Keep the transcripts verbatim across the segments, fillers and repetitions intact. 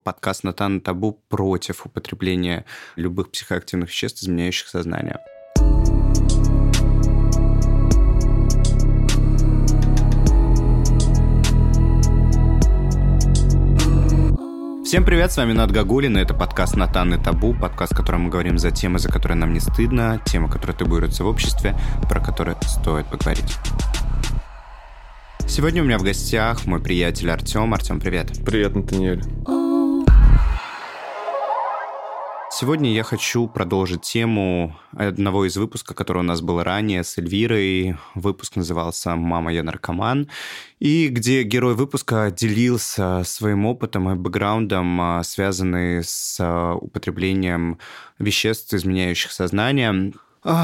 Подкаст «Натан и Табу» против употребления любых психоактивных веществ, изменяющих сознание. Всем привет, с вами Над Гагулин, и это подкаст «Натан и Табу», подкаст, в котором мы говорим за темы, за которые нам не стыдно, темы, которые табуируются в обществе, про которые стоит поговорить. Сегодня у меня в гостях мой приятель Артем. Артем, привет. Привет, Натаниэль. Сегодня я хочу продолжить тему одного из выпусков, который у нас был ранее с Эльвирой. Выпуск назывался «Мама, я наркоман», и где герой выпуска делился своим опытом и бэкграундом, связанный с употреблением веществ, изменяющих сознание.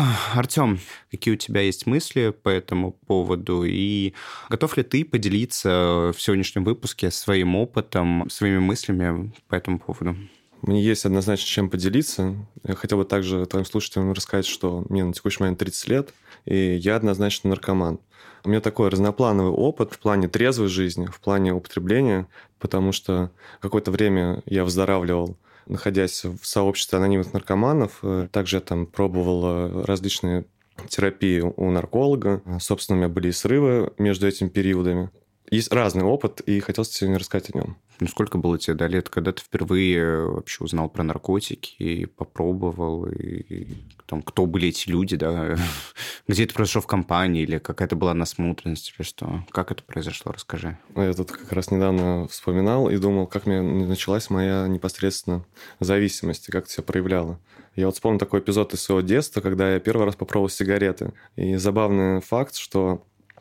Артем, какие у тебя есть мысли по этому поводу? И готов ли ты поделиться в сегодняшнем выпуске своим опытом, своими мыслями по этому поводу? Мне есть однозначно чем поделиться. Я хотел бы также твоим слушателям рассказать, что мне на текущий момент тридцать лет, и я однозначно наркоман. У меня такой разноплановый опыт в плане трезвой жизни, в плане употребления, потому что какое-то время я выздоравливал, находясь в сообществе анонимных наркоманов. Также я там пробовал различные терапии у нарколога. Собственно, у меня были и срывы между этими периодами. Есть разный опыт, и хотел сегодня рассказать о нем. Ну, сколько было тебе, да, лет, когда ты впервые вообще узнал про наркотики и попробовал, и, и там, кто были эти люди, да, где это произошло в компании, или какая-то была насмотренность, или что? Как это произошло? Расскажи. Я тут как раз недавно вспоминал и думал, как мне началась моя непосредственно зависимость, и как это себя проявляло. Я вот вспомнил такой эпизод из своего детства, когда я первый раз попробовал сигареты. И забавный факт, что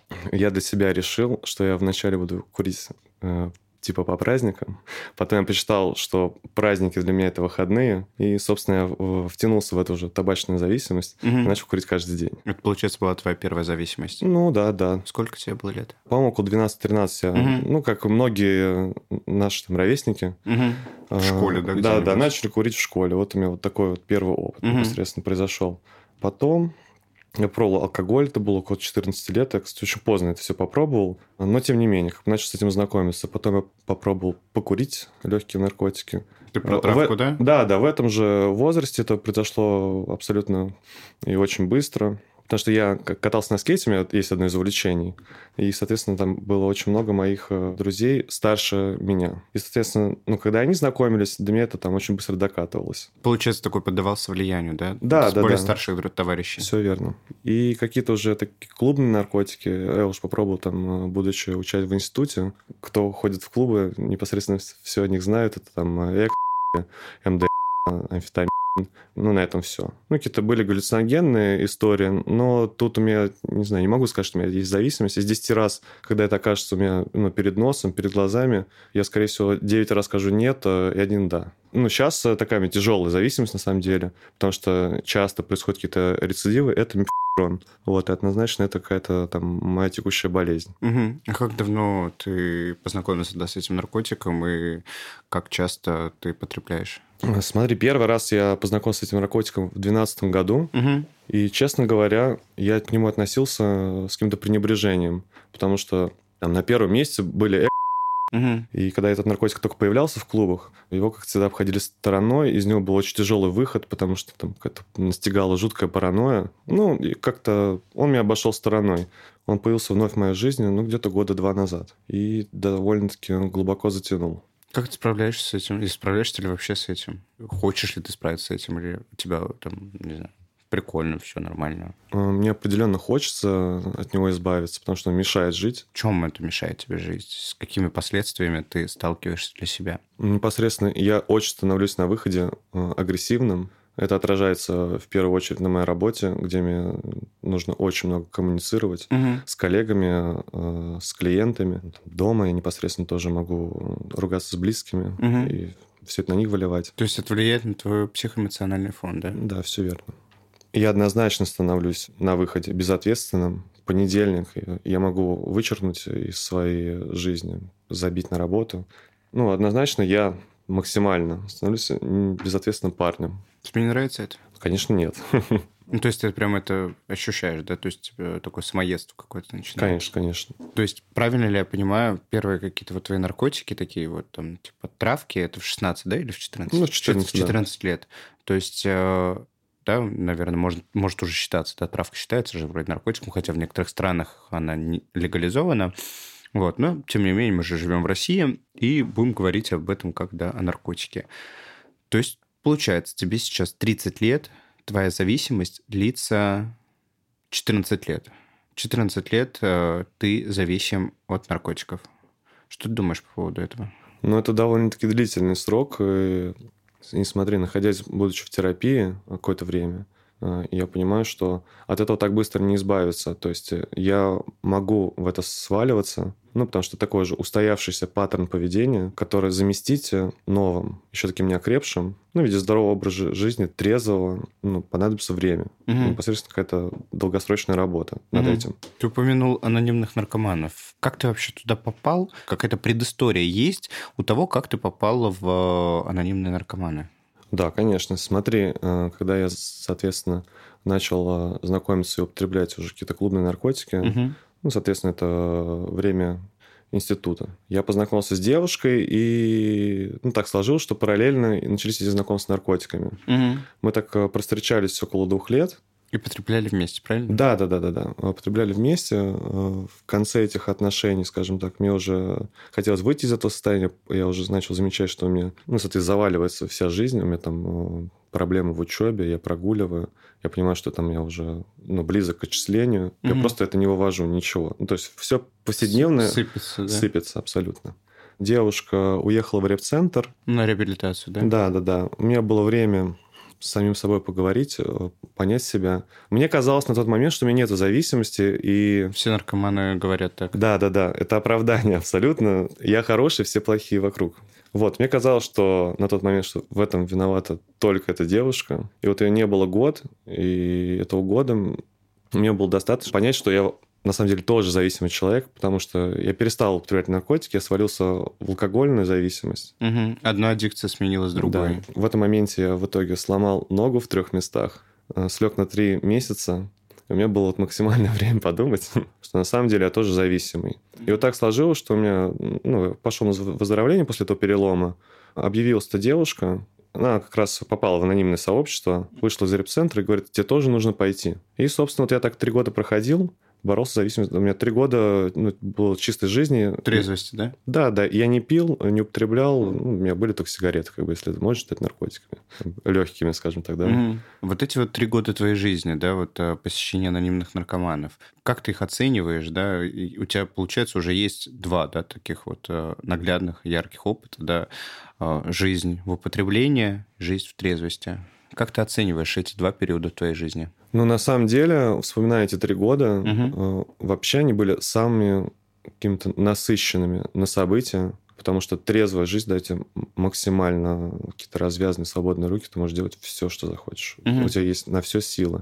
я для себя решил, что я вначале буду курить э, типа по праздникам. Потом я почитал, что праздники для меня – это выходные. И, собственно, я втянулся в эту же табачную зависимость угу. и начал курить каждый день. Это, получается, была твоя первая зависимость? Ну, да, да. Сколько тебе было лет? По-моему, около двенадцать-тринадцать. Угу. Ну, как и многие наши там ровесники. Угу. В школе, да? Да, да, начали курить в школе. Вот у меня вот такой вот первый опыт угу. непосредственно произошел. Потом я пробовал алкоголь, это было около четырнадцати лет. Я, кстати, очень поздно это все попробовал. Но, тем не менее, начал с этим знакомиться. Потом я попробовал покурить легкие наркотики. Ты про травку, в... да? Да, да. В этом же возрасте это произошло абсолютно и очень быстро. Потому что я катался на скейте, у меня есть одно из увлечений. И, соответственно, там было очень много моих друзей старше меня. И, соответственно, ну, когда они знакомились, до меня это там очень быстро докатывалось. Получается, такой поддавался влиянию, да? Да, С да, более да. старших товарищей. Все верно. И какие-то уже такие клубные наркотики. Я уж попробовал, там, будучи учать в институте. Кто ходит в клубы, непосредственно все о них знают. Это там эк, эм дэ, амфетамин. Ну, на этом все. Ну, какие-то были галлюциногенные истории, но тут у меня, не знаю, не могу сказать, что у меня есть зависимость. Из десяти раз, когда это окажется у меня ну, перед носом, перед глазами, я, скорее всего, девять раз скажу «нет», и один «да». Ну, сейчас такая тяжелая зависимость, на самом деле, потому что часто происходят какие-то рецидивы, это мефедрон. Вот, и однозначно это какая-то там моя текущая болезнь. Угу. А как давно ты познакомился да, с этим наркотиком, и как часто ты потребляешь? Смотри, первый раз я познакомился с этим наркотиком в две тысячи двенадцатом году. Угу. И, честно говоря, я к нему относился с каким-то пренебрежением, потому что там на первом месте были эк. Угу. И когда этот наркотик только появлялся в клубах, его как-то всегда обходили стороной, из него был очень тяжелый выход, потому что там как-то настигала жуткая паранойя. Ну, и как-то он меня обошел стороной. Он появился вновь в моей жизни, ну, где-то года два назад. И довольно-таки глубоко затянул. Как ты справляешься с этим? И справляешься ли вообще с этим? Хочешь ли ты справиться с этим? Или у тебя там, не знаю, прикольно, все нормально? Мне определенно хочется от него избавиться, потому что он мешает жить. В чем это мешает тебе жить? С какими последствиями ты сталкиваешься для себя? Непосредственно я очень становлюсь на выходе агрессивным. Это отражается в первую очередь на моей работе, где мне нужно очень много коммуницировать угу. с коллегами, с клиентами. Дома я непосредственно тоже могу ругаться с близкими угу. и все это на них выливать. То есть это влияет на твой психоэмоциональный фон, да? Да, все верно. Я однозначно становлюсь на выходе безответственным. В понедельник я могу вычеркнуть из своей жизни, забить на работу. Ну, однозначно я максимально становлюсь безответственным парнем. Тебе не нравится это? Конечно, нет. Ну, то есть ты прям это ощущаешь, да? То есть э, такое самоедство какое-то начинает? Конечно, конечно. То есть правильно ли я понимаю, первые какие-то вот твои наркотики такие вот там типа травки, это в шестнадцать, да, или в четырнадцать? Ну, в четырнадцать, В четырнадцать лет. То есть, э, да, наверное, может, может уже считаться, да, травка считается же вроде наркотиком, хотя в некоторых странах она не легализована. Вот, но, тем не менее, мы же живем в России и будем говорить об этом как, да, о наркотике. То есть, получается, тебе сейчас тридцать лет, твоя зависимость длится четырнадцать лет. четырнадцать лет э, ты зависим от наркотиков. Что ты думаешь по поводу этого? Ну, это довольно-таки длительный срок. И, и смотри, находясь, будучи в терапии какое-то время, я понимаю, что от этого так быстро не избавиться. То есть я могу в это сваливаться, ну, потому что такой же устоявшийся паттерн поведения, который заместить новым, еще таким неокрепшим, ну, в виде здорового образа жизни, трезвого, ну, понадобится время. Угу. Непосредственно какая-то долгосрочная работа над угу. этим. Ты упомянул анонимных наркоманов. Как ты вообще туда попал? Какая-то предыстория есть у того, как ты попал в анонимные наркоманы? Да, конечно. Смотри, когда я, соответственно, начал знакомиться и употреблять уже какие-то клубные наркотики, угу. ну, соответственно, это время института. Я познакомился с девушкой, и ну, так сложилось, что параллельно начались эти знакомства с наркотиками. Угу. Мы так простречались около двух лет. И потребляли вместе, правильно? Да, да, да, да, да. Потребляли вместе. В конце этих отношений, скажем так, мне уже хотелось выйти из этого состояния. Я уже начал замечать, что у меня, ну, соответственно, заваливается вся жизнь. У меня там проблемы в учебе, я прогуливаю. Я понимаю, что там я уже ну, близок к отчислению. Mm-hmm. Я просто это не вывожу, ничего. Ну, то есть все повседневное сыпется, да? Сыпется, абсолютно. Девушка уехала в реп-центр. На реабилитацию, да? Да, да, да. У меня было время с самим собой поговорить, понять себя. Мне казалось на тот момент, что у меня нет зависимости, и... Все наркоманы говорят так. Да, да, да, это оправдание абсолютно. Я хороший, все плохие вокруг. Вот, мне казалось, что на тот момент, что в этом виновата только эта девушка. И вот ее не было год, и этого года мне было достаточно понять, что я на самом деле тоже зависимый человек, потому что я перестал употреблять наркотики, я свалился в алкогольную зависимость. Угу. Одна аддикция сменилась другой. Да. В этом моменте я в итоге сломал ногу в трех местах, слег на три месяца. У меня было вот максимальное время подумать, что на самом деле я тоже зависимый. И вот так сложилось, что у меня ну, пошло выздоровление после этого перелома. Объявилась эта девушка, она как раз попала в анонимное сообщество, вышла из реп-центра и говорит, тебе тоже нужно пойти. И, собственно, вот я так три года проходил, боролся с зависимостью. У меня три года ну, было чистой жизни. Трезвости, да? Да, да. Я не пил, не употреблял. Ну, у меня были только сигареты, как бы, если это можно считать наркотиками. Легкими, скажем так, да. Mm-hmm. Вот эти вот три года твоей жизни, да, вот посещение анонимных наркоманов, как ты их оцениваешь, да? И у тебя, получается, уже есть два, да, таких вот наглядных, ярких опыта, да, жизнь в употреблении, жизнь в трезвости. Как ты оцениваешь эти два периода в твоей жизни? Ну, на самом деле, вспоминая эти три года, угу. вообще они были самыми какими-то насыщенными на события, потому что трезвая жизнь дает тебе максимально какие-то развязанные, свободные руки, ты можешь делать все, что захочешь. Угу. У тебя есть на все силы,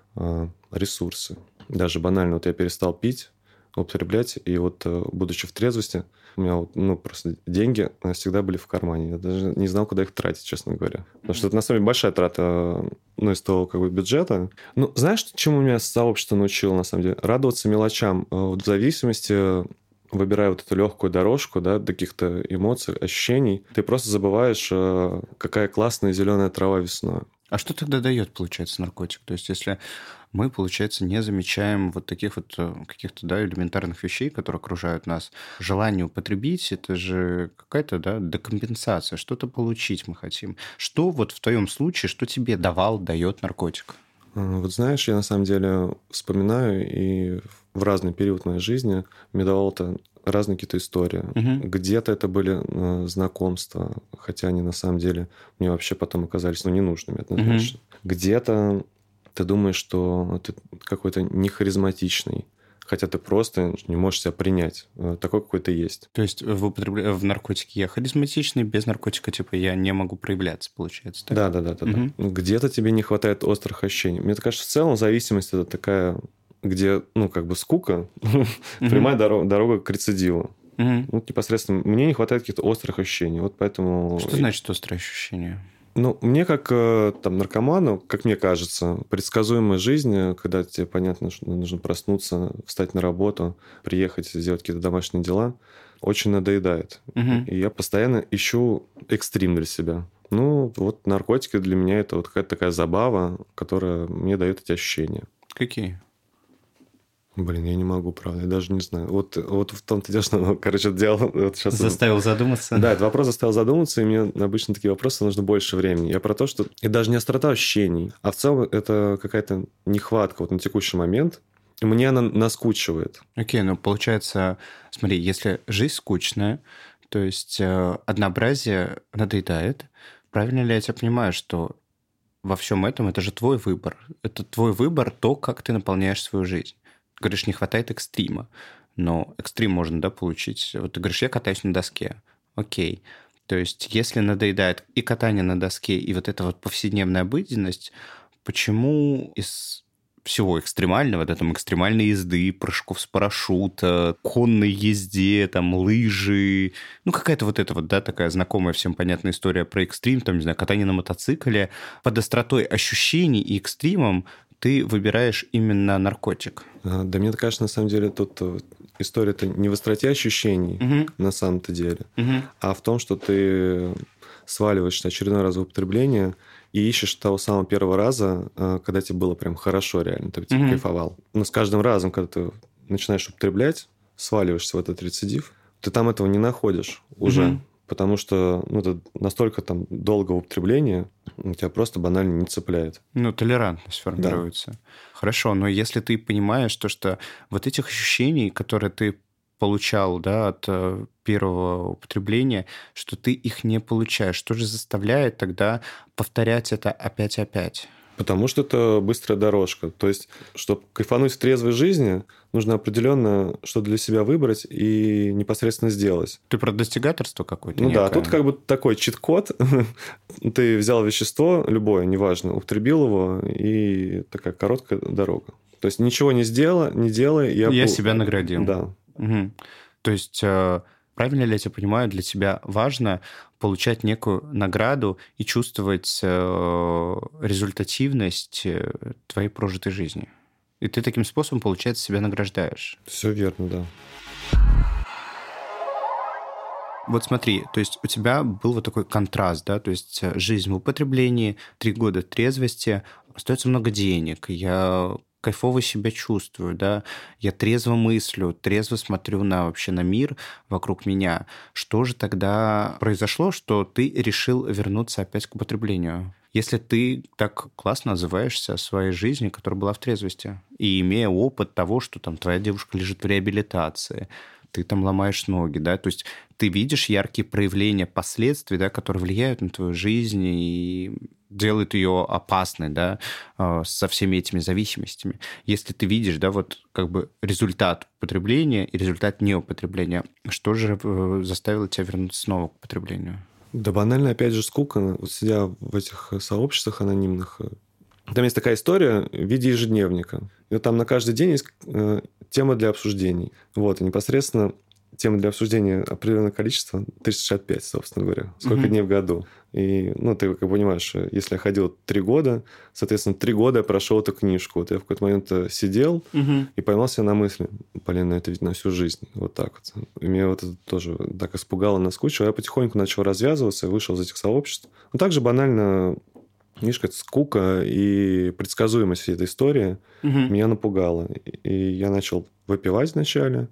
ресурсы. Даже банально, вот я перестал пить, употреблять, и вот, будучи в трезвости, у меня вот, ну, просто деньги всегда были в кармане. Я даже не знал, куда их тратить, честно говоря. Потому что это, на самом деле, большая трата, ну, из того, как бы, бюджета. Ну, знаешь, чему меня сообщество научило, на самом деле? Радоваться мелочам. Вот в зависимости, выбирая вот эту легкую дорожку, да, до каких-то эмоций, ощущений, ты просто забываешь, какая классная зеленая трава весной. А что тогда дает, получается, наркотик? То есть, если мы, получается, не замечаем вот таких вот каких-то, да, элементарных вещей, которые окружают нас, желание употребить, это же какая-то, да, декомпенсация, что-то получить мы хотим. Что вот в твоем случае, что тебе давал, дает наркотик? Вот знаешь, я на самом деле вспоминаю, и в разный период моей жизни мне давало это разные какие-то истории. Угу. Где-то это были э, знакомства, хотя они на самом деле мне вообще потом оказались ну, ненужными однозначно. Угу. Где-то ты думаешь, что ты какой-то нехаризматичный, хотя ты просто не можешь себя принять. Такой, какой ты есть. То есть в, употребля... в наркотике я харизматичный, без наркотика типа я не могу проявляться, получается. Да, да, да, да, угу. да. Где-то тебе не хватает острых ощущений. Мне кажется, в целом зависимость это такая, где, ну, как бы скука, угу. прямая дорога, дорога к рецидиву. Угу. Вот непосредственно мне не хватает каких-то острых ощущений. Вот поэтому... Что значит острые ощущения? Ну, мне как э, там наркоману, как мне кажется, предсказуемая жизнь, когда тебе понятно, что нужно проснуться, встать на работу, приехать, сделать какие-то домашние дела, очень надоедает. Угу. И я постоянно ищу экстрим для себя. Ну, вот наркотики для меня это вот какая-то такая забава, которая мне дает эти ощущения. Какие? Блин, я не могу, правда, я даже не знаю. Вот, вот в том-то дело, что, короче, делал... Вот сейчас... Заставил задуматься? Да, этот вопрос заставил задуматься, и мне обычно такие вопросы нужно больше времени. Я про то, что это даже не острота ощущений, а в целом это какая-то нехватка вот на текущий момент, и мне она наскучивает. Окей, ну получается, смотри, если жизнь скучная, то есть э, однообразие надоедает, правильно ли я тебя понимаю, что во всем этом это же твой выбор? Это твой выбор, то, как ты наполняешь свою жизнь. Говоришь, не хватает экстрима. Но экстрим можно, да, получить. Вот ты говоришь, я катаюсь на доске. Окей. То есть если надоедает и катание на доске, и вот эта вот повседневная обыденность, почему из всего экстремального, да, там экстремальной езды, прыжков с парашюта, конной езде, там лыжи, ну какая-то вот эта вот, да, такая знакомая всем понятная история про экстрим, там, не знаю, катание на мотоцикле, под остротой ощущений и экстримом ты выбираешь именно наркотик. А, да мне кажется, на самом деле, тут история-то не в остроте ощущений Угу. на самом-то деле, Угу. а в том, что ты сваливаешь на очередной раз в употребление и ищешь того самого первого раза, когда тебе было прям хорошо реально, ты типа Мгм. кайфовал. Но с каждым разом, когда ты начинаешь употреблять, сваливаешься в этот рецидив, ты там этого не находишь уже. Мгм. Потому что ну, это настолько там долгого употребления тебя просто банально не цепляет. Ну, толерантность формируется. Хорошо, но если ты понимаешь то, что вот этих ощущений, которые ты получал, да, от э, первого употребления, что ты их не получаешь, что же заставляет тогда повторять это опять и опять? Потому что это быстрая дорожка. То есть, чтобы кайфануть в трезвой жизни, нужно определенно что для себя выбрать и непосредственно сделать. Ты про достигаторство какое-то Ну некое? да, тут как бы такой чит-код. Ты взял вещество, любое, неважно, употребил его, и такая короткая дорога. То есть, ничего не сделал, не делай. Я, Я пол- себя наградил. Да. Угу. То есть, э, правильно ли я тебя понимаю, для тебя важно получать некую награду и чувствовать э, результативность э, твоей прожитой жизни? И ты таким способом, получается, себя награждаешь. Все верно, да. Вот смотри, то есть у тебя был вот такой контраст, да, то есть э, жизнь в употреблении, три года трезвости, остается много денег, я кайфово себя чувствую, да, я трезво мыслю, трезво смотрю на вообще на мир вокруг меня. Что же тогда произошло, что ты решил вернуться опять к употреблению? Если ты так классно отзываешься о своей жизни, которая была в трезвости, и имея опыт того, что там твоя девушка лежит в реабилитации, ты там ломаешь ноги, да, то есть ты видишь яркие проявления последствий, да, которые влияют на твою жизнь и делают ее опасной, да, со всеми этими зависимостями. Если ты видишь, да, вот как бы результат употребления и результат неупотребления, что же заставило тебя вернуться снова к употреблению? Да банально, опять же, скука. Вот сидя в этих сообществах анонимных, там есть такая история в виде ежедневника. И вот там на каждый день есть э, тема для обсуждений. Вот, и непосредственно тема для обсуждения определенное количество, триста шестьдесят пять, собственно говоря. Сколько mm-hmm. дней в году. И, ну, ты как понимаешь, если я ходил три года, соответственно, три года я прошел эту книжку. Вот я в какой-то момент сидел mm-hmm. и поймал себя на мысли, блин, ну это ведь на всю жизнь. Вот так вот. И меня вот это тоже так испугало, наскучило. Я потихоньку начал развязываться и вышел из этих сообществ. Ну, также банально... Видишь, как скука и предсказуемость всей этой истории uh-huh. меня напугала. И я начал выпивать вначале,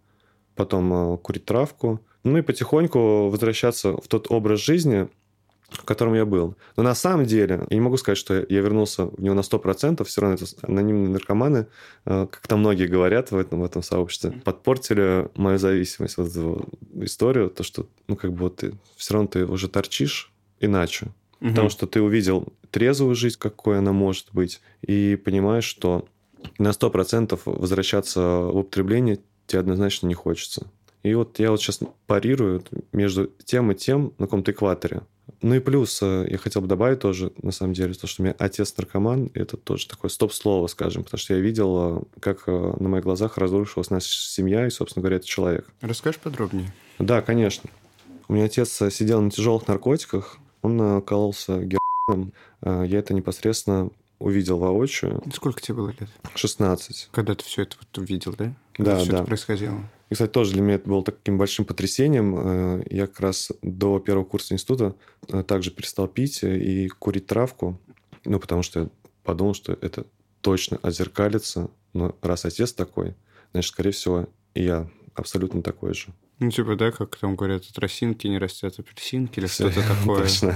потом курить травку, ну и потихоньку возвращаться в тот образ жизни, в котором я был. Но на самом деле, я не могу сказать, что я вернулся в него на сто процентов, все равно это анонимные наркоманы, как там многие говорят в этом, в этом сообществе, подпортили мою зависимость, вот эту историю, то, что, ну, как бы вот ты, все равно ты уже торчишь иначе. Угу. Потому что ты увидел трезвую жизнь, какой она может быть, и понимаешь, что на сто процентов возвращаться в употребление тебе однозначно не хочется. И вот я вот сейчас парирую между тем и тем на каком-то экваторе. Ну и плюс я хотел бы добавить тоже, на самом деле, то, что у меня отец наркоман, и это тоже такое стоп-слово, скажем, потому что я видел, как на моих глазах разрушилась наша семья и, собственно говоря, этот человек. Расскажешь подробнее? Да, конечно. У меня отец сидел на тяжелых наркотиках, он кололся героином я это непосредственно увидел воочию. Сколько тебе было лет? шестнадцать. Когда ты все это вот увидел, да? Когда Да, все да. это происходило? И, кстати, тоже для меня это было таким большим потрясением. Я как раз до первого курса института также перестал пить и курить травку. Ну, потому что я подумал, что это точно отзеркалится. Но раз отец такой, значит, скорее всего, и я абсолютно такой же. Ну, типа, да, как там говорят, от росинки не растет апельсинки или что-то такое. Точно.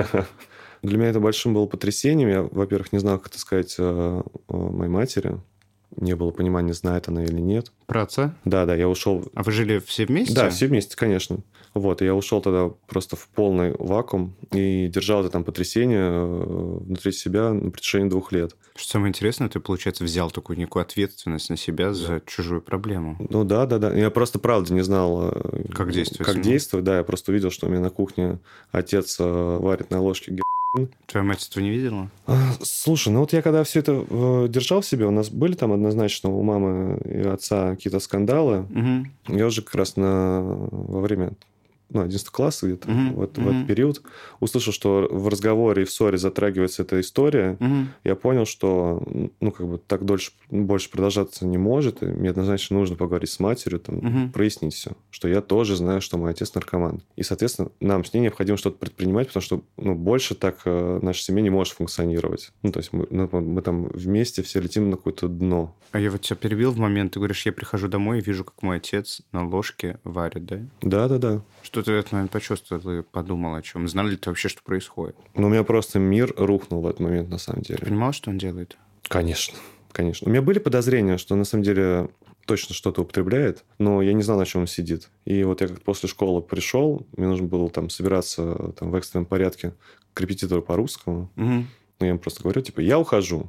Для меня это большим было потрясением. Я, во-первых, не знал, как это сказать моей матери. Не было понимания, знает она или нет. Про отца? Да, да, я ушел... А вы жили все вместе? Да, все вместе, конечно. Вот, и я ушел тогда просто в полный вакуум и держал это там потрясение внутри себя на протяжении двух лет. Что самое интересное, ты, получается, взял такую некую ответственность на себя за чужую проблему. Ну да, да, да. Я просто правда не знал, как действовать. Как действовать, да. Я просто увидел, что у меня на кухне отец варит на ложке героин. Твоя мать этого не видела? Слушай, ну вот я когда все это держал в себе, у нас были там однозначно у мамы и отца какие-то скандалы. Угу. Я уже как раз на... во время... ну, одиннадцатого класса где-то, uh-huh, вот, uh-huh. в этот период, услышал, что в разговоре и в ссоре затрагивается эта история, uh-huh. я понял, что, ну, как бы так дольше, больше продолжаться не может, и мне однозначно нужно поговорить с матерью, там, uh-huh. прояснить все, что я тоже знаю, что мой отец наркоман. И, соответственно, нам с ней необходимо что-то предпринимать, потому что, ну, больше так э, наша семья не может функционировать. Ну, то есть мы, ну, мы там вместе все летим на какое-то дно. А я вот тебя перебил в момент, ты говоришь, я прихожу домой и вижу, как мой отец на ложке варит, да? Да-да-да. Что ты в этот момент почувствовал и подумал о чем? Знал ли ты вообще, что происходит? Ну, у меня просто мир рухнул в этот момент, на самом деле. Ты понимал, что он делает? Конечно, конечно. У меня были подозрения, что на самом деле точно что-то употребляет, но я не знал, на чем он сидит. И вот я как после школы пришел, мне нужно было там собираться там, в экстренном порядке к репетитору по русскому. Угу. Ну, я ему просто говорю, типа, я ухожу.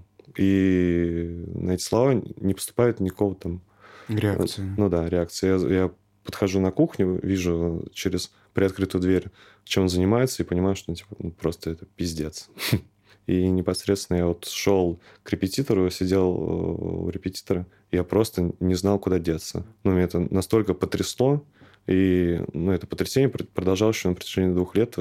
И на эти слова не поступает никакого там... Реакции. Ну да, реакции. Я, я подхожу на кухню, вижу через приоткрытую дверь, чем он занимается, и понимаю, что ну, типа, ну, просто это пиздец. И непосредственно я вот шел к репетитору, сидел у репетитора, и я просто не знал, куда деться. Ну, меня это настолько потрясло, и ну, это потрясение продолжалось еще на протяжении двух лет.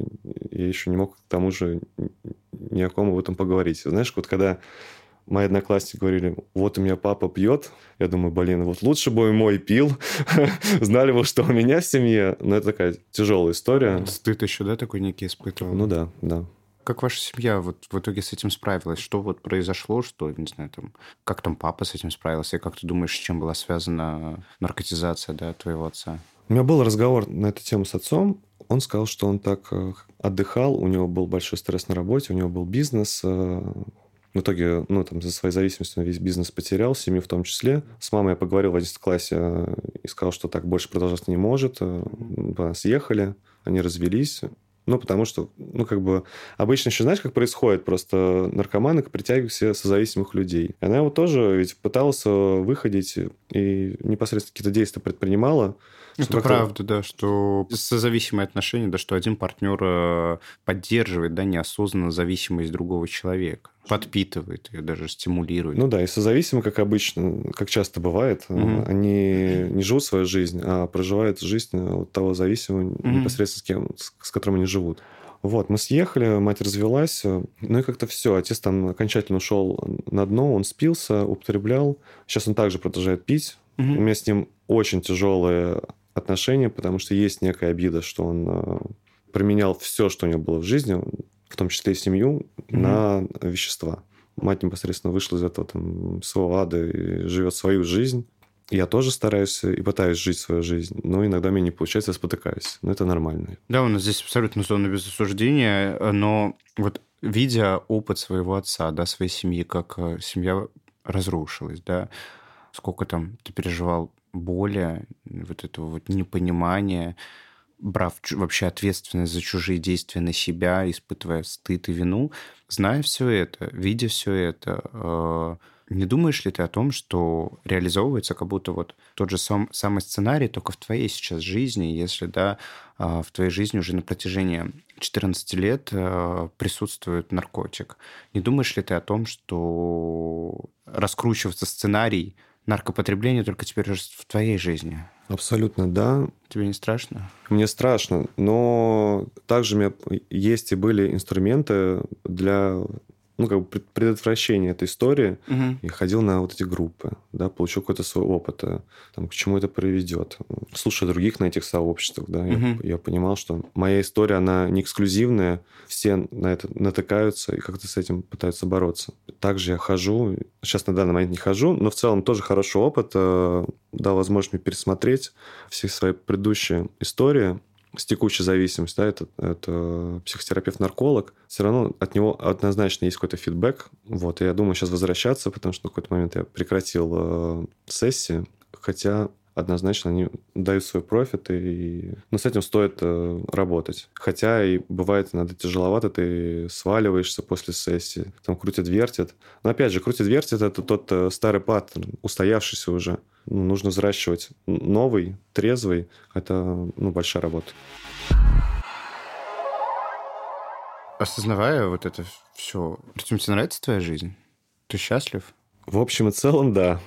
Я еще не мог к тому же ни о ком об этом поговорить. Знаешь, вот когда мои одноклассники говорили, вот у меня папа пьет, я думаю, блин, вот лучше бы и мой пил, знали бы, что у меня в семье. Но это такая тяжелая история. Стыд еще, да, такой некий испытывал? Ну да, да. Как ваша семья вот в итоге с этим справилась? Что вот произошло, что, не знаю, там, как там папа с этим справился? И как ты думаешь, с чем была связана наркотизация, да, твоего отца? У меня был разговор на эту тему с отцом. Он сказал, что он так отдыхал, у него был большой стресс на работе, у него был бизнес. В итоге, ну, там, за своей зависимостью он весь бизнес потерял, семью в том числе. С мамой я поговорил в одиннадцатом классе и сказал, что так больше продолжаться не может. Съехали, они развелись. Ну, потому что, ну, как бы, обычно еще знаешь, как происходит? Просто наркоманы притягивают себе созависимых людей. И она его тоже ведь пыталась выходить и непосредственно какие-то действия предпринимала. Это правда, да, что созависимые отношения, да, что один партнер поддерживает, да, неосознанно зависимость другого человека, подпитывает ее, даже стимулирует. Ну да, и созависимые, как обычно, как часто бывает, угу. они не живут свою жизнь, а проживают жизнь от того зависимого угу. непосредственно с кем, с которым они живут. Вот, мы съехали, мать развелась, ну и как-то все, отец там окончательно ушел на дно, он спился, употреблял. Сейчас он также продолжает пить. Угу. У меня с ним очень тяжелые отношения, потому что есть некая обида, что он променял все, что у него было в жизни, в том числе и семью, mm-hmm. на вещества. Мать непосредственно вышла из этого там, своего ада и живет свою жизнь. Я тоже стараюсь и пытаюсь жить свою жизнь, но иногда мне не получается, я спотыкаюсь. Но это нормально. Да, у нас здесь абсолютно зона без осуждения, но вот видя опыт своего отца, да, своей семьи, как семья разрушилась, да, сколько там ты переживал боли, вот этого вот непонимания, брав вообще ответственность за чужие действия на себя, испытывая стыд и вину, зная все это, видя все это, не думаешь ли ты о том, что реализовывается как будто вот тот же сам, самый сценарий, только в твоей сейчас жизни, если, да, в твоей жизни уже на протяжении четырнадцати лет присутствует наркотик. Не думаешь ли ты о том, что раскручивается сценарий наркопотребление только теперь уже в твоей жизни. Абсолютно, да. Тебе не страшно? Мне страшно, но также у меня есть и были инструменты для... ну, как бы предотвращение этой истории, угу. и ходил на вот эти группы, да, получил какой-то свой опыт, там, к чему это приведет. Слушая других на этих сообществах, да, угу. я, я понимал, что моя история, она не эксклюзивная, все на это натыкаются и как-то с этим пытаются бороться. Также я хожу, сейчас на данный момент не хожу, но в целом тоже хороший опыт, дал возможность мне пересмотреть все свои предыдущие истории, с текущей зависимостью, да, это, это психотерапевт-нарколог, все равно от него однозначно есть какой-то фидбэк. Вот, и я думаю сейчас возвращаться, потому что на какой-то момент я прекратил э, сессии, хотя однозначно они дают свой профит, и... но с этим стоит э, работать. Хотя и бывает иногда тяжеловато, ты сваливаешься после сессии, там крутит-вертит. Но опять же, крутит-вертит – это тот э, старый паттерн, устоявшийся уже. Ну, нужно взращивать новый, трезвый. Это ну, большая работа. Осознавая вот это все, Артем, тебе нравится твоя жизнь? Ты счастлив? В общем и целом, да.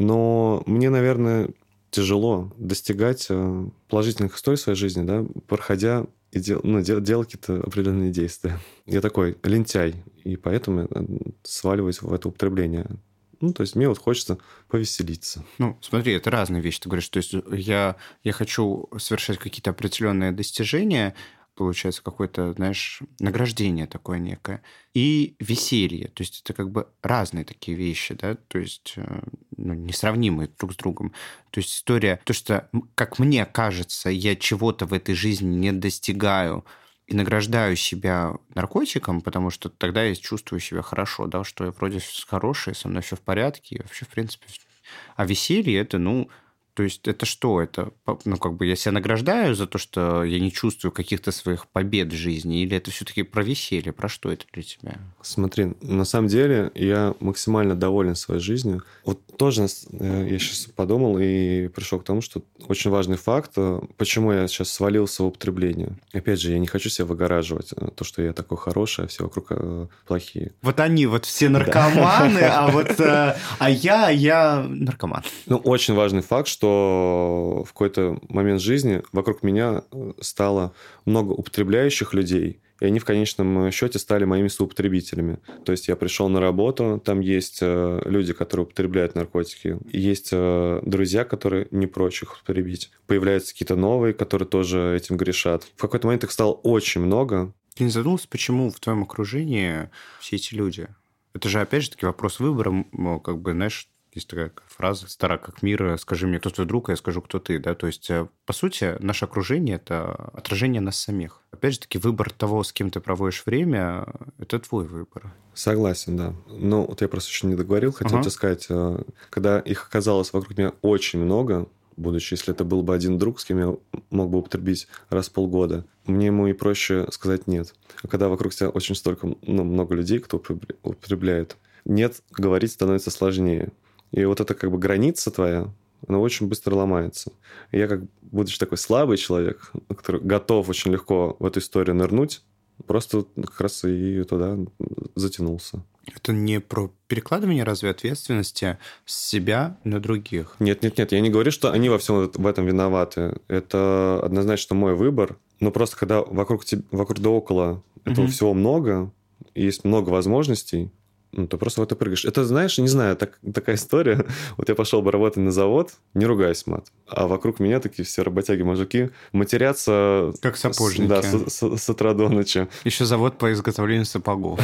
Но мне, наверное, тяжело достигать положительных историй в своей жизни, да, проходя и дел, ну, дел, делать какие-то определенные действия. Я такой лентяй, и поэтому я сваливаюсь в это употребление. Ну, то есть мне вот хочется повеселиться. Ну, смотри, это разные вещи. Ты говоришь, то есть я, я хочу совершать какие-то определенные достижения, получается какое-то, знаешь, награждение такое некое, и веселье. То есть это как бы разные такие вещи, да, то есть ну, несравнимые друг с другом. То есть история, то, что, как мне кажется, я чего-то в этой жизни не достигаю, и награждаю себя наркотиком, потому что тогда я чувствую себя хорошо, да, что я вроде хороший, со мной все в порядке, и вообще, в принципе... А веселье – это, ну... То есть это что? Это, ну, как бы я себя награждаю за то, что я не чувствую каких-то своих побед в жизни? Или это все-таки про веселье? Про что это для тебя? Смотри, на самом деле я максимально доволен своей жизнью. Вот тоже я сейчас подумал и пришел к тому, что очень важный факт, почему я сейчас свалился в употребление. Опять же, я не хочу себя выгораживать. То, что я такой хороший, а все вокруг плохие. Вот они вот все наркоманы, а вот... А я, я наркоман. Ну, очень важный факт, что что в какой-то момент жизни вокруг меня стало много употребляющих людей, и они в конечном счете стали моими соупотребителями. То есть я пришел на работу, там есть люди, которые употребляют наркотики, есть друзья, которые не прочь их употребить. Появляются какие-то новые, которые тоже этим грешат. В какой-то момент их стало очень много. Ты не задумался, почему в твоем окружении все эти люди? Это же, опять же, таки вопрос выбора, как бы, знаешь, есть такая фраза «стара как мир, скажи мне, кто твой друг, а я скажу, кто ты». Да? То есть, по сути, наше окружение – это отражение нас самих. Опять же таки, выбор того, с кем ты проводишь время – это твой выбор. Согласен, да. Но вот я просто еще не договорил. Хотел ага. тебе сказать, когда их оказалось вокруг меня очень много, будучи, если это был бы один друг, с кем я мог бы употребить раз в полгода, мне ему и проще сказать «нет». А когда вокруг тебя очень столько, ну, много людей, кто употребляет, «нет» говорить становится сложнее. И вот эта как бы граница твоя, она очень быстро ломается. И я, как будучи такой слабый человек, который готов очень легко в эту историю нырнуть, просто как раз и туда затянулся. Это не про перекладывание разве ответственности с себя на других? Нет, нет, нет. Я не говорю, что они во всем в этом виноваты. Это однозначно мой выбор. Но просто когда вокруг тебя, вокруг да около этого угу. всего много, и есть много возможностей, ну, ты просто в это прыгаешь. Это, знаешь, не знаю, так, такая история. Вот я пошел бы работать на завод, не ругаясь мат. А вокруг меня такие все работяги-мужики матерятся... Как сапожники. Да, с, с, с утра до ночи. Еще завод по изготовлению сапогов.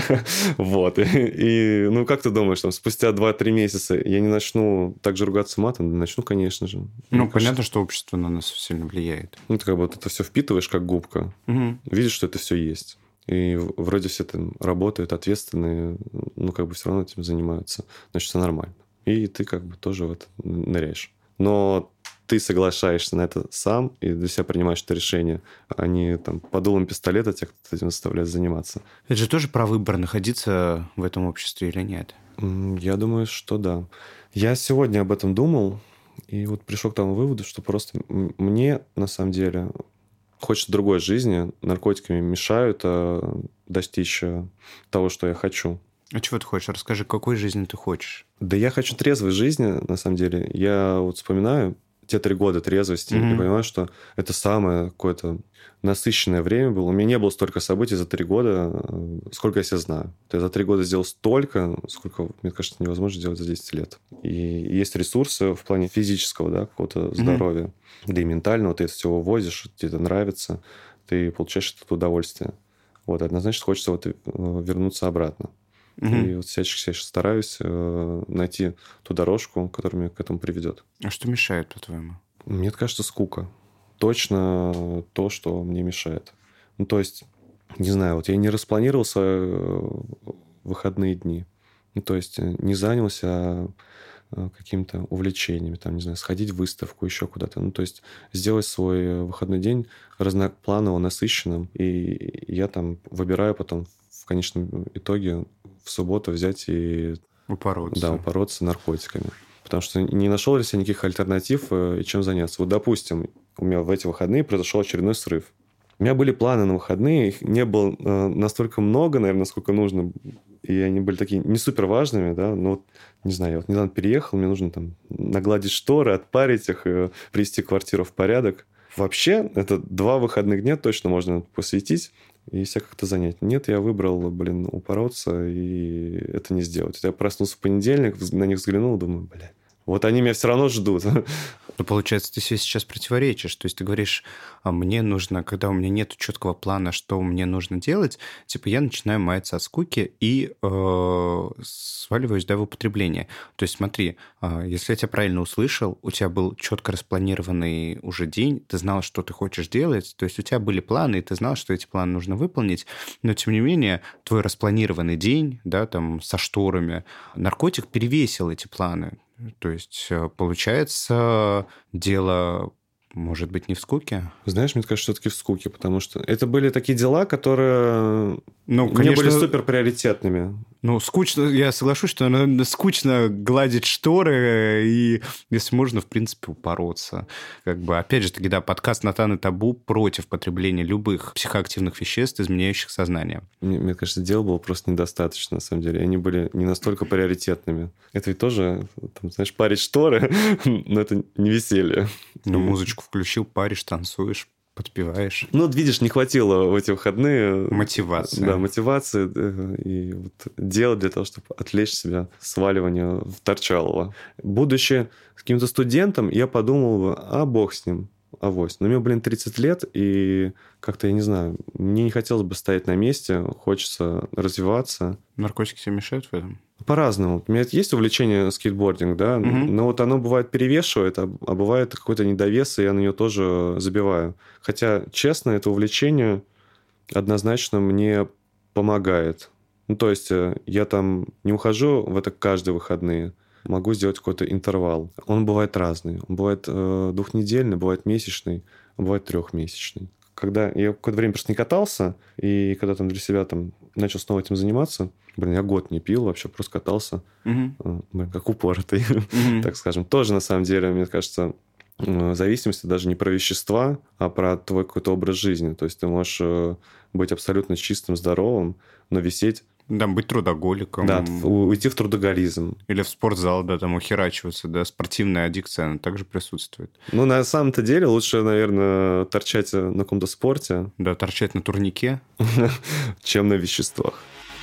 Вот. И, ну, как ты думаешь, там, спустя два-три месяца я не начну так же ругаться матом? Начну, конечно же. Ну, понятно, что общество на нас сильно влияет. Ну, ты как бы это все впитываешь, как губка. Видишь, что это все есть. И вроде все там работают, ответственные, ну, как бы все равно этим занимаются. Значит, все нормально. И ты как бы тоже в это ныряешь. Но ты соглашаешься на это сам и для себя принимаешь это решение, а не там под дулом пистолета тех, кто этим заставляет заниматься. Это же тоже про выбор, находиться в этом обществе или нет? Я думаю, что да. Я сегодня об этом думал, и вот пришел к тому выводу, что просто мне, на самом деле... Хочется другой жизни, наркотиками мешают а, достичь того, что я хочу. А чего ты хочешь? Расскажи, какой жизни ты хочешь? Да я хочу трезвой жизни, на самом деле. Я вот вспоминаю те три года трезвости Мгм. и понимаю, что это самое какое-то насыщенное время было. У меня не было столько событий за три года, э, сколько я себя знаю. Я за три года сделал столько, сколько, мне кажется, невозможно сделать за десять лет. И есть ресурсы в плане физического, да, какого-то здоровья, да и ментального. Ты это все вывозишь, тебе это нравится, ты получаешь это удовольствие. Вот, однозначно хочется вот э, вернуться обратно. Мгм. И вот всячески я сейчас стараюсь э, найти ту дорожку, которая меня к этому приведет. А что мешает, по-твоему? Мне кажется, скука. Точно то, что мне мешает. Ну, то есть, не знаю, вот я не распланировал свои э, выходные дни. Ну, то есть, э, не занялся э, какими-то увлечениями, там, не знаю, сходить в выставку, еще куда-то. Ну, то есть, сделать свой э, выходной день разнопланово, насыщенным. И я там выбираю потом в конечном итоге в субботу взять и Упороться. да, упороться наркотиками. Потому что не нашел ли себе никаких альтернатив э, и чем заняться. Вот, допустим, у меня в эти выходные произошел очередной срыв. У меня были планы на выходные, их не было э, настолько много, наверное, насколько нужно, и они были такие не супер важными, да, но вот, не знаю, я вот недавно переехал, мне нужно там нагладить шторы, отпарить их, э, привести квартиру в порядок. Вообще, это два выходных дня точно можно посвятить и себя как-то занять. Нет, я выбрал, блин, упороться и это не сделать. Вот я проснулся в понедельник, на них взглянул, думаю, бля, вот они меня все равно ждут. Ну, получается, ты себе сейчас противоречишь. То есть ты говоришь, а мне нужно, когда у меня нет четкого плана, что мне нужно делать, типа я начинаю маяться от скуки и э, сваливаюсь, да, в употребление. То есть смотри, э, если я тебя правильно услышал, у тебя был четко распланированный уже день, ты знал, что ты хочешь делать, то есть у тебя были планы, и ты знал, что эти планы нужно выполнить, но тем не менее твой распланированный день, да, там, со шторами, наркотик перевесил эти планы. То есть, э, получается, дело, может быть, не в скуке? Знаешь, мне кажется, все-таки в скуке, потому что это были такие дела, которые Ну, не конечно, были супер приоритетными. ну, скучно, я соглашусь, что наверное, скучно гладить шторы и, если можно, в принципе, упороться. Как бы, опять же таки, да, подкаст «Натан и Табу» против потребления любых психоактивных веществ, изменяющих сознание. Мне, мне кажется, дел было просто недостаточно, на самом деле. Они были не настолько приоритетными. Это ведь тоже, там, знаешь, парить шторы, но это не веселье. Ну, музычку включил, паришь, танцуешь, подпеваешь. Ну, вот видишь, не хватило в эти выходные... Мотивации. Да, мотивации э, и вот делать для того, чтобы отвлечь себя сваливание в Торчалово. Будучи каким-то студентом, я подумал бы, а бог с ним, авось. Но мне, блин, тридцать лет, и как-то, я не знаю, мне не хотелось бы стоять на месте, хочется развиваться. Наркотики тебе мешают в этом? По-разному. У меня есть увлечение скейтбординг, да, Угу. но вот оно бывает перевешивает, а, а бывает какой-то недовес, и я на нее тоже забиваю. Хотя, честно, это увлечение однозначно мне помогает. Ну, то есть я там не ухожу в это каждые выходные, могу сделать какой-то интервал. Он бывает разный. Он бывает э, двухнедельный, бывает месячный, бывает трехмесячный. Когда я какое-то время просто не катался, и когда там для себя там начал снова этим заниматься, блин, я год не пил вообще, просто катался, Угу. блин, как упоротый, Угу. так скажем. Тоже, на самом деле, мне кажется, зависимость даже не про вещества, а про твой какой-то образ жизни. То есть ты можешь быть абсолютно чистым, здоровым, но висеть... Да, быть трудоголиком. Да, уйти в трудоголизм. Или в спортзал, да, там ухерачиваться, да, спортивная аддикция, она также присутствует. Ну, на самом-то деле лучше, наверное, торчать на каком-то спорте. Да, торчать на турнике. Чем на веществах.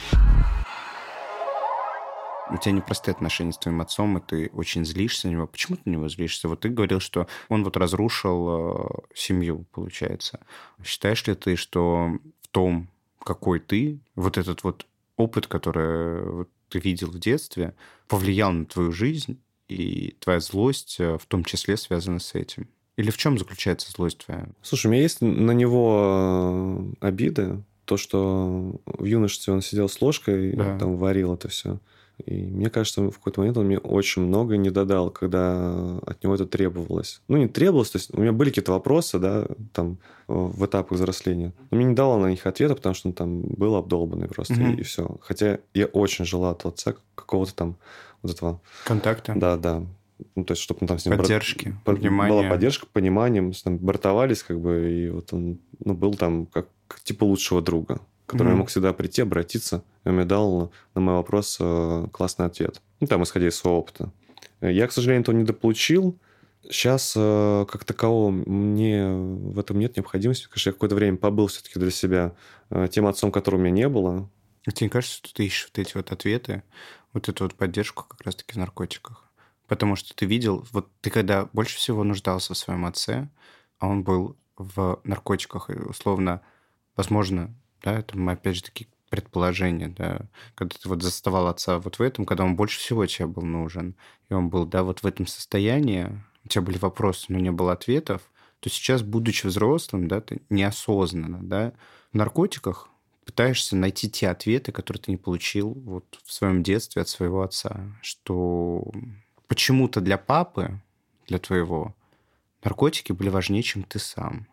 У тебя непростые отношения с твоим отцом, и ты очень злишься на него. Почему ты на него злишься? Вот ты говорил, что он вот разрушил э, семью, получается. Считаешь ли ты, что в том, какой ты, вот этот вот опыт, который вот ты видел в детстве, повлиял на твою жизнь, и твоя злость в том числе связана с этим? Или в чем заключается злость твоя? Слушай, у меня есть на него обиды. То, что в юношестве он сидел с ложкой, да. Там варил это все. И мне кажется, в какой-то момент он мне очень много не додал, когда от него это требовалось. Ну, не требовалось, то есть у меня были какие-то вопросы, да, там, в этапах взросления. Но мне не давал на них ответа, потому что он там был обдолбанный просто, mm-hmm. и, и все. Хотя я очень желал от отца какого-то там вот этого... Контакта. Да, да. Ну, то есть, чтобы он там с ним... Поддержки, брат... понимания. Была поддержка, пониманием, с ним братовались, как бы, и вот он, ну, был там как, как типа лучшего друга. к которому Mm. я мог всегда прийти, обратиться. И он мне дал на мой вопрос классный ответ. Ну, там, исходя из своего опыта. Я, к сожалению, этого недополучил. Сейчас, как такового, мне в этом нет необходимости. Конечно, я какое-то время побыл все-таки для себя тем отцом, которого у меня не было. А тебе не кажется, что ты ищешь вот эти вот ответы, вот эту вот поддержку как раз-таки в наркотиках? Потому что ты видел, вот ты когда больше всего нуждался в своем отце, а он был в наркотиках, и условно, возможно, да, это мы опять же таки предположения, да, когда ты вот заставал отца вот в этом, когда он больше всего тебе был нужен, и он был, да, вот в этом состоянии, у тебя были вопросы, но не было ответов, то сейчас, будучи взрослым, да, ты неосознанно, да, в наркотиках пытаешься найти те ответы, которые ты не получил вот в своем детстве от своего отца, что почему-то для папы, для твоего, наркотики были важнее, чем ты сам.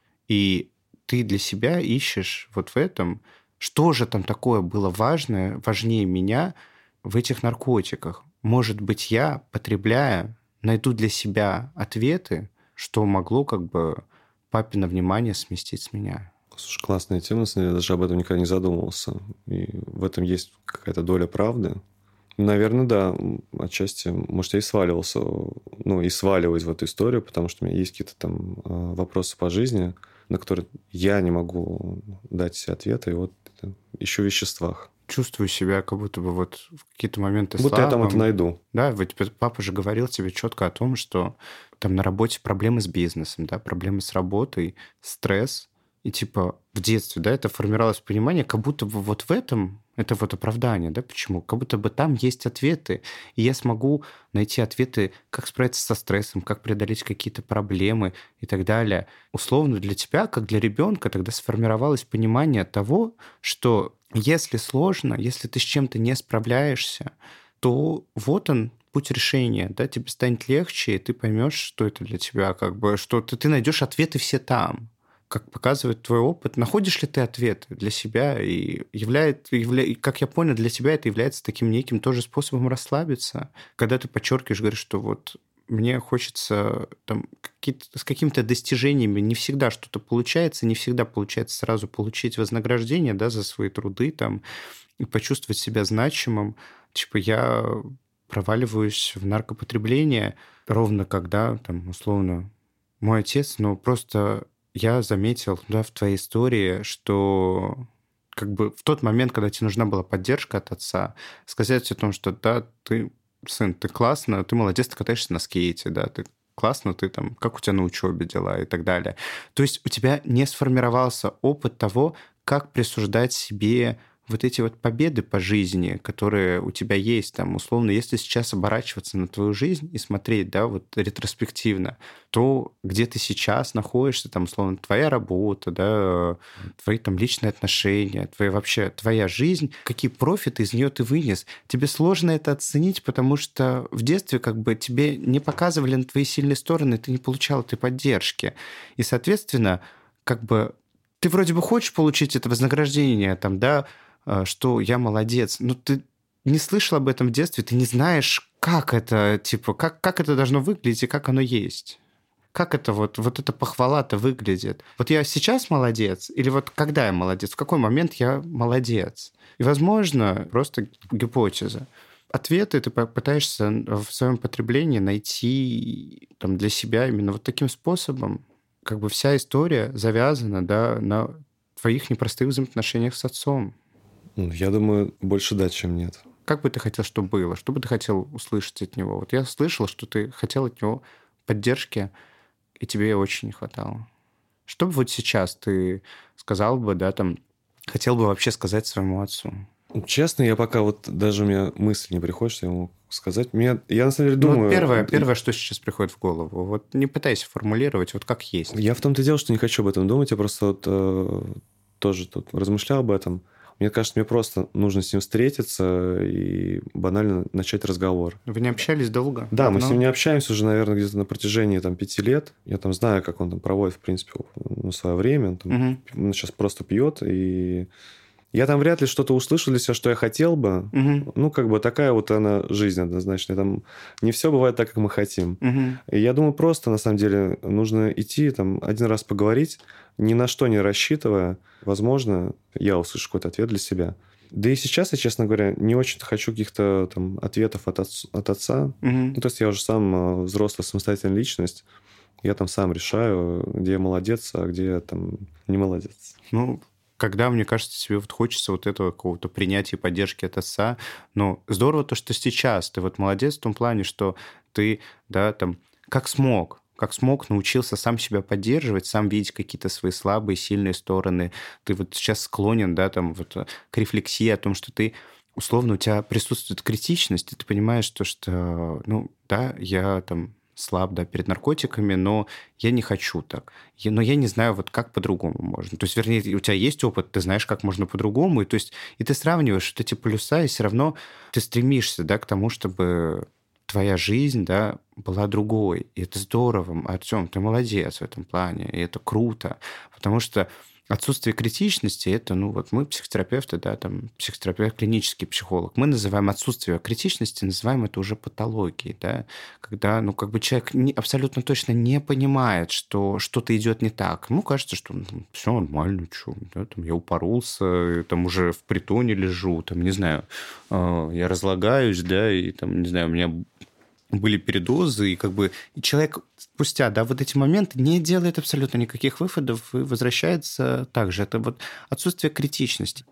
И ты для себя ищешь вот в этом, что же там такое было важное, важнее меня в этих наркотиках. Может быть, я, потребляя, найду для себя ответы, что могло как бы папино внимание сместить с меня. Слушай, классная тема, я даже об этом никогда не задумывался. И в этом есть какая-то доля правды. Наверное, да, отчасти, может, я и сваливался, ну, и сваливаюсь в эту историю, потому что у меня есть какие-то там вопросы по жизни, на которые я не могу дать себе ответы, и вот ищу в веществах. Чувствую себя, как будто бы вот в какие-то моменты будто слабым. я там это найду. Да, ведь папа же говорил тебе четко о том, что там на работе проблемы с бизнесом, да, проблемы с работой, стресс. И типа в детстве, да, это формировалось понимание, как будто бы вот в этом, это вот оправдание, да, почему? Как будто бы там есть ответы, и я смогу найти ответы, как справиться со стрессом, как преодолеть какие-то проблемы и так далее. Условно для тебя, как для ребенка, тогда сформировалось понимание того, что если сложно, если ты с чем-то не справляешься, то вот он, путь решения, да, тебе станет легче, и ты поймешь, что это для тебя, как бы, что ты, ты найдешь ответы все там. Как показывает твой опыт, находишь ли ты ответы для себя, и является, явля... как я понял, для тебя это является таким неким тоже способом расслабиться, когда ты подчеркиваешь, говоришь, что вот мне хочется там, с какими-то достижениями, не всегда что-то получается, не всегда получается сразу получить вознаграждение, да, за свои труды там, и почувствовать себя значимым. Типа я проваливаюсь в наркопотребление ровно когда, там, условно, мой отец, ну, просто... Я заметил, да, в твоей истории, что как бы в тот момент, когда тебе нужна была поддержка от отца, сказать о том, что да, ты, сын, ты классно, ты молодец, ты катаешься на скейте, да, ты классно, ты там, как у тебя на учебе дела и так далее. То есть у тебя не сформировался опыт того, как присуждать себе вот эти вот победы по жизни, которые у тебя есть, там, условно, если сейчас оборачиваться на твою жизнь и смотреть, да, вот ретроспективно, то где ты сейчас находишься, там, условно, твоя работа, да, твои там личные отношения, твоя вообще, твоя жизнь, какие профиты из нее ты вынес. Тебе сложно это оценить, потому что в детстве как бы тебе не показывали на твои сильные стороны, ты не получал этой поддержки. И, соответственно, как бы ты вроде бы хочешь получить это вознаграждение, там, да, что я молодец. Но ты не слышал об этом в детстве, ты не знаешь, как это, типа, как, как это должно выглядеть и как оно есть. Как это вот, вот эта похвала-то выглядит. Вот я сейчас молодец или вот когда я молодец, в какой момент я молодец. И, возможно, просто гипотеза. Ответы ты пытаешься в своем потреблении найти там, для себя именно вот таким способом. Как бы вся история завязана, да, на твоих непростых взаимоотношениях с отцом. Я думаю, больше да, чем нет. Как бы ты хотел, чтобы было? Что бы ты хотел услышать от него? Вот я слышал, что ты хотел от него поддержки, и тебе ее очень не хватало. Что бы вот сейчас ты сказал бы, да, там, хотел бы вообще сказать своему отцу? Честно, я пока вот даже у меня мысль не приходит, что я ему сказать. Меня, я на самом деле думаю... Ну, вот первое, первое, что сейчас приходит в голову. Вот не пытайся формулировать, вот как есть. Я в том-то и дело, что не хочу об этом думать. Я просто вот, э, тоже тут размышлял об этом. Мне кажется, мне просто нужно с ним встретиться и банально начать разговор. Вы не общались долго? Да, давно? мы с ним не общаемся уже, наверное, где-то на протяжении там, пяти лет. Я там знаю, как он там проводит, в принципе, ну, свое время. Он там, угу. сейчас просто пьет и Я там вряд ли что-то услышу для себя, что я хотел бы. Угу. Ну, как бы такая вот она жизнь однозначно. Там не все бывает так, как мы хотим. Угу. И я думаю, просто, на самом деле, нужно идти, там, один раз поговорить, ни на что не рассчитывая. Возможно, я услышу какой-то ответ для себя. Да и сейчас я, честно говоря, не очень-то хочу каких-то там ответов от, отц- от отца. Угу. Ну, то есть я уже сам взрослая самостоятельная личность. Я там сам решаю, где я молодец, а где я там не молодец. Ну, когда, мне кажется, тебе вот хочется вот этого какого-то принятия и поддержки от отца, но здорово то, что сейчас ты вот молодец в том плане, что ты, да, там, как смог, как смог, научился сам себя поддерживать, сам видеть какие-то свои слабые, сильные стороны. Ты вот сейчас склонен, да, там, вот к рефлексии о том, что ты, условно, у тебя присутствует критичность, и ты понимаешь то, что, ну, да, я там слаб, да, перед наркотиками, но я не хочу так. Я, но я не знаю, вот как по-другому можно. То есть, вернее, у тебя есть опыт, ты знаешь, как можно по-другому, и, то есть, и ты сравниваешь вот эти полюса, и все равно ты стремишься, да, к тому, чтобы твоя жизнь, да, была другой. И это здорово. Артем, ты молодец в этом плане, и это круто, потому что отсутствие критичности, это, ну, вот мы, психотерапевты, да, там, психотерапевт, клинический психолог, мы называем отсутствие критичности, называем это уже патологией, да, когда, ну, как бы человек не, абсолютно точно не понимает, что что-то идет не так. Ему кажется, что ну, все нормально, что, да, там, я упоролся, там, уже в притоне лежу, там, не знаю, э, я разлагаюсь, да, и, там, не знаю, у меня были передозы, и как бы и человек спустя, да, вот эти моменты не делает абсолютно никаких выводов и возвращается также. Это вот отсутствие критичности.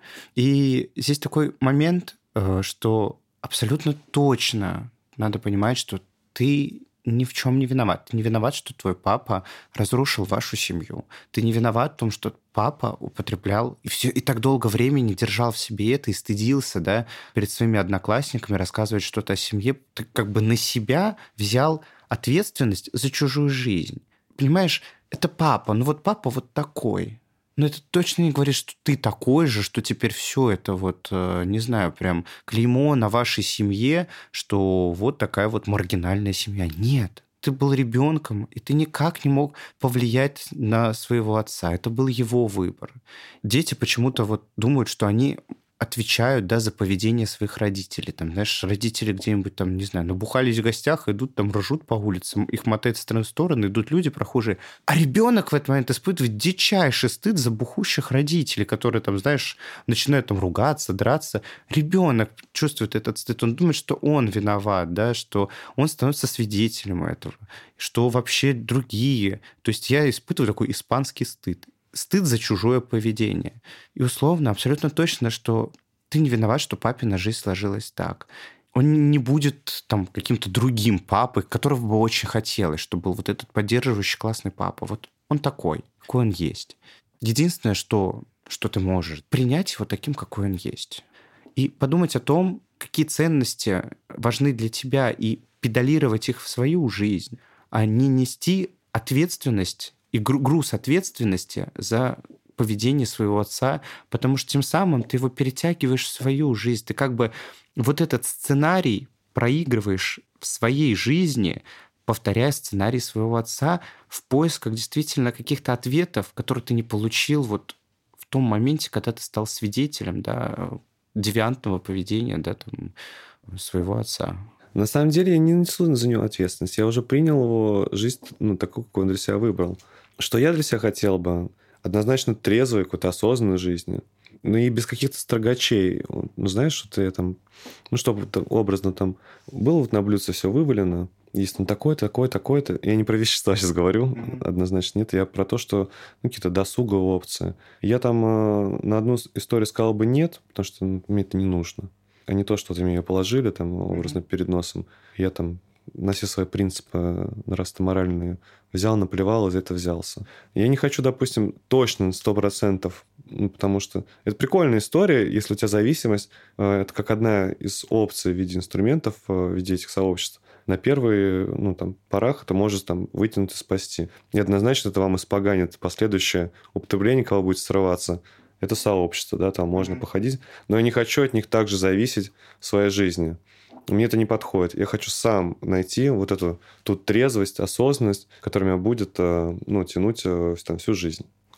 И здесь такой момент, что абсолютно точно надо понимать, что ты ни в чем не виноват. Ты не виноват, что твой папа разрушил вашу семью. Ты не виноват в том, что папа употреблял и все, и так долго времени держал в себе это и стыдился, да, перед своими одноклассниками рассказывать что-то о семье. Ты как бы на себя взял ответственность за чужую жизнь. Понимаешь, это папа. Ну вот папа вот такой. Но это точно не говорит, что ты такой же, что теперь все это вот, не знаю, прям клеймо на вашей семье, что вот такая вот маргинальная семья. Нет, ты был ребенком, и ты никак не мог повлиять на своего отца. Это был его выбор. Дети почему-то вот думают, что они отвечают, да, за поведение своих родителей. Там, знаешь, родители где-нибудь там, не знаю, набухались в гостях, идут там, ржут по улицам, их мотает с стороны в сторону, идут люди прохожие. А ребенок в этот момент испытывает дичайший стыд за бухущих родителей, которые там, знаешь, начинают там ругаться, драться. Ребенок чувствует этот стыд, он думает, что он виноват, да, что он становится свидетелем этого, что вообще другие. То есть я испытываю такой испанский стыд. Стыд за чужое поведение. И условно, абсолютно точно, что ты не виноват, что папина жизнь сложилась так. Он не будет там каким-то другим папой, которого бы очень хотелось, чтобы был вот этот поддерживающий классный папа. Вот он такой, какой он есть. Единственное, что, что ты можешь, принять его таким, какой он есть. И подумать о том, какие ценности важны для тебя, и педалировать их в свою жизнь, а не нести ответственность и груз ответственности за поведение своего отца, потому что тем самым ты его перетягиваешь в свою жизнь. Ты как бы вот этот сценарий проигрываешь в своей жизни, повторяя сценарий своего отца в поисках действительно каких-то ответов, которые ты не получил вот в том моменте, когда ты стал свидетелем, да, девиантного поведения, да, там, своего отца. На самом деле я не несу за него ответственность. Я уже принял его жизнь, ну, такую, какую он для себя выбрал. Что я для себя хотел бы? Однозначно трезвой, какой-то осознанной жизни. Ну и без каких-то строгачей. Ну, знаешь, что ты там... Ну, чтобы там, образно там... Было вот на блюдце все вывалено. Есть там такое-то, такое-то, такое-то. Я не про вещества сейчас говорю. Mm-hmm. Однозначно нет. Я про то, что ну, какие-то досуговые опции. Я там э, на одну историю сказал бы нет, потому что ну, мне это не нужно. А не то, что вот мне ее положили там образно mm-hmm. перед носом. Я там на все свои принципы нравственно-моральные взял, наплевал, и за это взялся. Я не хочу, допустим, точно сто процентов, ну, потому что это прикольная история, если у тебя зависимость, это как одна из опций в виде инструментов, в виде этих сообществ. На первые, ну, там, порах это может там вытянуть и спасти. И однозначно это вам испоганит последующее употребление, кого будет срываться. Это сообщество, да, там можно mm-hmm. походить. Но я не хочу от них также зависеть в своей жизни. Мне это не подходит. Я хочу сам найти вот эту ту трезвость, осознанность, которая меня будет ну, тянуть там, всю жизнь.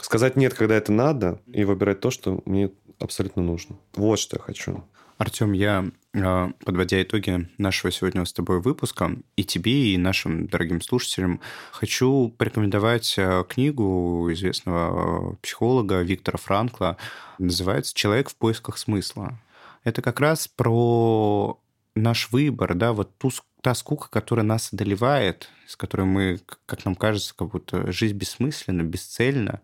сказать «нет», когда это надо, и выбирать то, что мне абсолютно нужно. Вот что я хочу. Артем, я, подводя итоги нашего сегодня с тобой выпуска, и тебе, и нашим дорогим слушателям, хочу порекомендовать книгу известного психолога Виктора Франкла. Называется «Человек в поисках смысла». Это как раз про наш выбор, да, вот ту, та скука, которая нас одолевает, с которой мы, как нам кажется, как будто жизнь бессмысленна, бесцельна,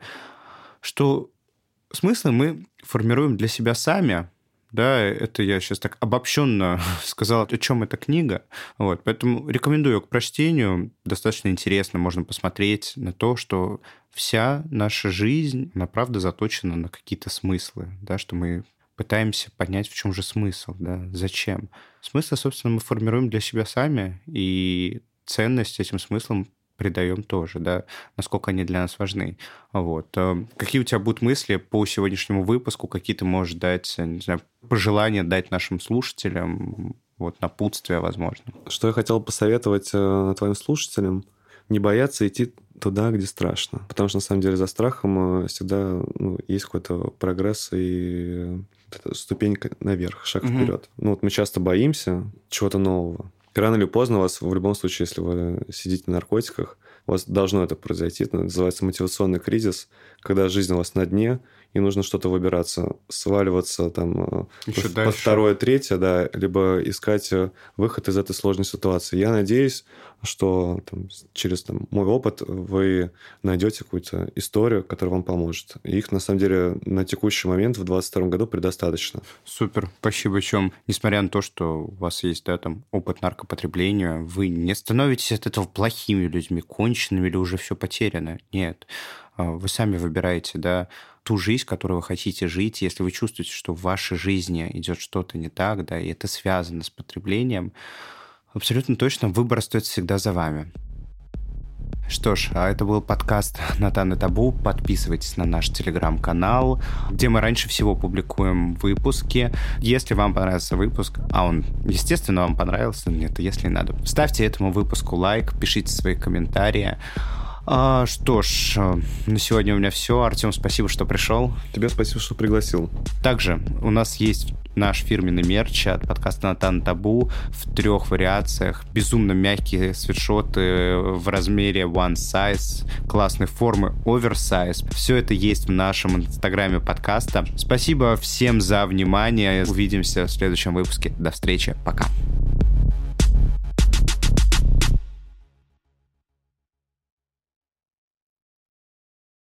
что смыслы мы формируем для себя сами. Да, это я сейчас так обобщенно сказал, о чем эта книга. Вот, поэтому рекомендую ее к прочтению. Достаточно интересно, можно посмотреть на то, что вся наша жизнь, она правда заточена на какие-то смыслы, да, что мы пытаемся понять, в чем же смысл, да, зачем. Смысл, собственно, мы формируем для себя сами, и ценность этим смыслам придаем тоже, да, насколько они для нас важны. Вот. Какие у тебя будут мысли по сегодняшнему выпуску? Какие ты можешь дать, не знаю, пожелания дать нашим слушателям, вот, напутствия, возможно? Что я хотел посоветовать твоим слушателям? Не бояться идти туда, где страшно. Потому что, на самом деле, за страхом всегда ну, есть какой-то прогресс и ступенька наверх, шаг mm-hmm. вперед. Ну, вот мы часто боимся чего-то нового. Рано или поздно у вас, в любом случае, если вы сидите на наркотиках, у вас должно это произойти. Это называется мотивационный кризис, когда жизнь у вас на дне, и нужно что-то выбираться, сваливаться там Еще по второе, третье, да, либо искать выход из этой сложной ситуации. Я надеюсь, что там, через там, мой опыт вы найдете какую-то историю, которая вам поможет. И их, на самом деле, на текущий момент в двадцать втором году предостаточно. Супер, спасибо. Причем, несмотря на то, что у вас есть да, там, опыт наркопотребления, вы не становитесь от этого плохими людьми, конченными или уже все потеряно. Нет. Вы сами выбираете, да, ту жизнь, которую вы хотите жить. Если вы чувствуете, что в вашей жизни идет что-то не так, да, и это связано с потреблением, абсолютно точно выбор остается всегда за вами. Что ж, это был подкаст «Натан и Табу». Подписывайтесь на наш телеграм-канал, где мы раньше всего публикуем выпуски. Если вам понравился выпуск, а он, естественно, вам понравился, нет, если надо, ставьте этому выпуску лайк, пишите свои комментарии. А, что ж, на сегодня у меня все. Артем, спасибо, что пришел. Тебе спасибо, что пригласил. Также у нас есть наш фирменный мерч от подкаста «Натан Табу» в трех вариациях. Безумно мягкие свитшоты в размере one size, классной формы oversize. Все это есть в нашем инстаграме подкаста. Спасибо всем за внимание. Увидимся в следующем выпуске. До встречи. Пока.